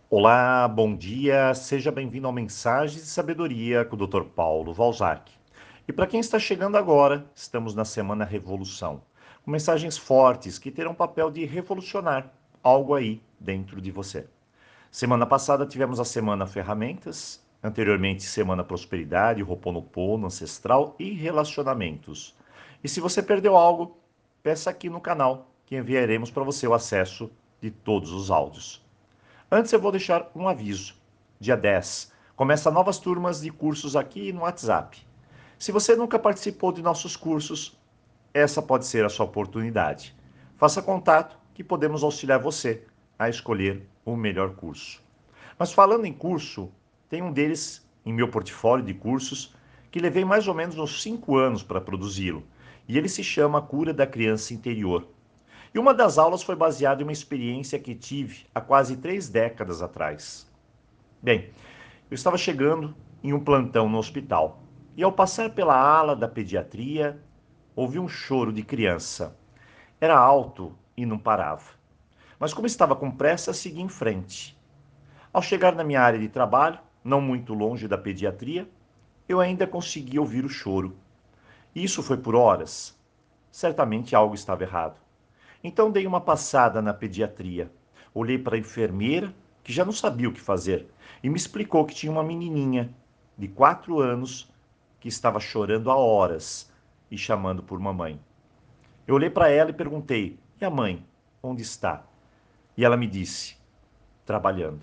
Olá, bom dia, seja bem-vindo ao Mensagens de Sabedoria com o Dr. Paulo Valzac. E para quem está chegando agora, estamos na Semana Revolução, com mensagens fortes que terão o papel de revolucionar algo aí dentro de você. Semana passada tivemos a Semana Ferramentas, anteriormente Semana Prosperidade, Ho'oponopono, Ancestral e Relacionamentos. E se você perdeu algo, peça aqui no canal que enviaremos para você o acesso de todos os áudios. Antes eu vou deixar um aviso. Dia 10, começa novas turmas de cursos aqui no WhatsApp. Se você nunca participou de nossos cursos, essa pode ser a sua oportunidade. Faça contato que podemos auxiliar você a escolher o melhor curso. Mas falando em curso, tem um deles em meu portfólio de cursos que levei mais ou menos uns 5 anos para produzi-lo. E ele se chama Cura da Criança Interior. E uma das aulas foi baseada em uma experiência que tive há quase 3 décadas atrás. Bem, eu estava chegando em um plantão no hospital e, ao passar pela ala da pediatria, ouvi um choro de criança. Era alto e não parava. Mas, como estava com pressa, segui em frente. Ao chegar na minha área de trabalho, não muito longe da pediatria, eu ainda consegui ouvir o choro. E isso foi por horas. Certamente algo estava errado. Então dei uma passada na pediatria. Olhei para a enfermeira, que já não sabia o que fazer, e me explicou que tinha uma menininha de 4 anos que estava chorando há horas e chamando por mamãe. Eu olhei para ela e perguntei: "E a mãe? Onde está?" E ela me disse: "Trabalhando."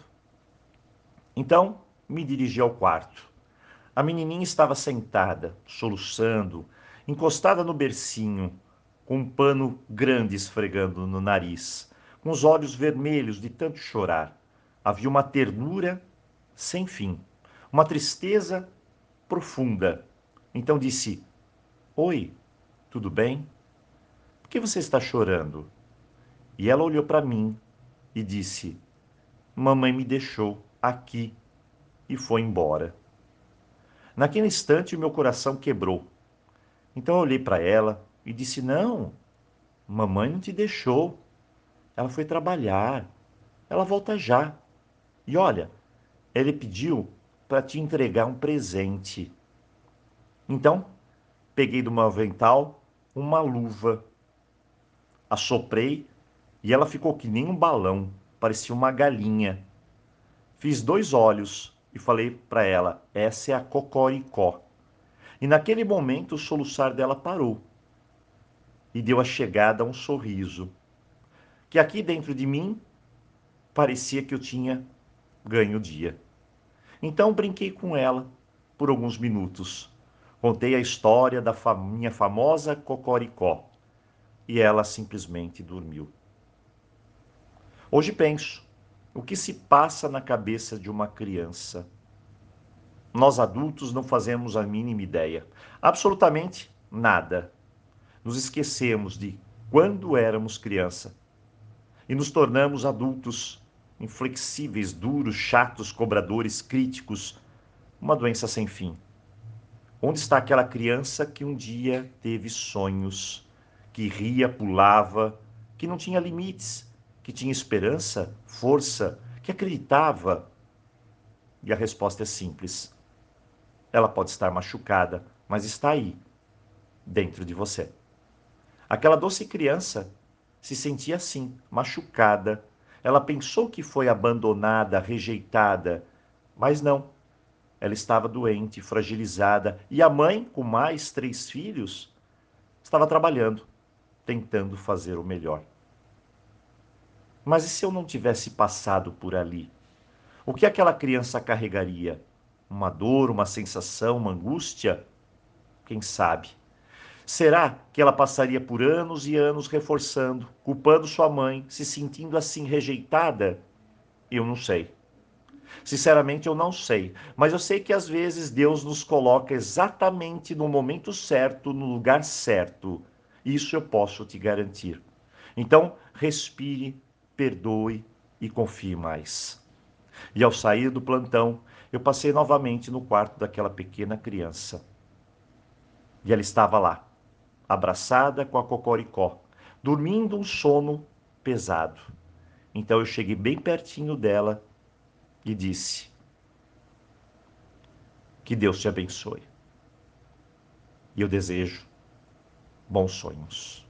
Então me dirigi ao quarto. A menininha estava sentada, soluçando, encostada no bercinho, com um pano grande esfregando no nariz, com os olhos vermelhos de tanto chorar. Havia uma ternura sem fim, uma tristeza profunda. Então disse: "Oi, tudo bem? Por que você está chorando?" E ela olhou para mim e disse: "Mamãe me deixou aqui e foi embora." Naquele instante, o meu coração quebrou. Então eu olhei para ela e disse: "Não, mamãe não te deixou. Ela foi trabalhar. Ela volta já. E olha, ele pediu para te entregar um presente." Então, peguei do meu avental uma luva, assoprei e ela ficou que nem um balão, parecia uma galinha. Fiz 2 olhos e falei para ela: "Essa é a Cocoricó." E naquele momento o soluçar dela parou e deu a chegada a um sorriso, que aqui dentro de mim parecia que eu tinha ganho o dia. Então brinquei com ela por alguns minutos. Contei a história da minha famosa Cocoricó e ela simplesmente dormiu. Hoje penso, o que se passa na cabeça de uma criança? Nós adultos não fazemos a mínima ideia. Absolutamente nada. Nos esquecemos de quando éramos criança e nos tornamos adultos inflexíveis, duros, chatos, cobradores, críticos, uma doença sem fim. Onde está aquela criança que um dia teve sonhos, que ria, pulava, que não tinha limites, que tinha esperança, força, que acreditava? E a resposta é simples. Ela pode estar machucada, mas está aí, dentro de você. Aquela doce criança se sentia assim, machucada. Ela pensou que foi abandonada, rejeitada, mas não. Ela estava doente, fragilizada, e a mãe, com mais 3 filhos, estava trabalhando, tentando fazer o melhor. Mas e se eu não tivesse passado por ali? O que aquela criança carregaria? Uma dor, uma sensação, uma angústia? Quem sabe? Será que ela passaria por anos e anos reforçando, culpando sua mãe, se sentindo assim rejeitada? Eu não sei. Sinceramente, eu não sei. Mas eu sei que às vezes Deus nos coloca exatamente no momento certo, no lugar certo. Isso eu posso te garantir. Então, respire, perdoe e confie mais. E ao sair do plantão, eu passei novamente no quarto daquela pequena criança. E ela estava lá, abraçada com a Cocoricó, dormindo um sono pesado. Então eu cheguei bem pertinho dela e disse: que Deus te abençoe. E eu desejo bons sonhos.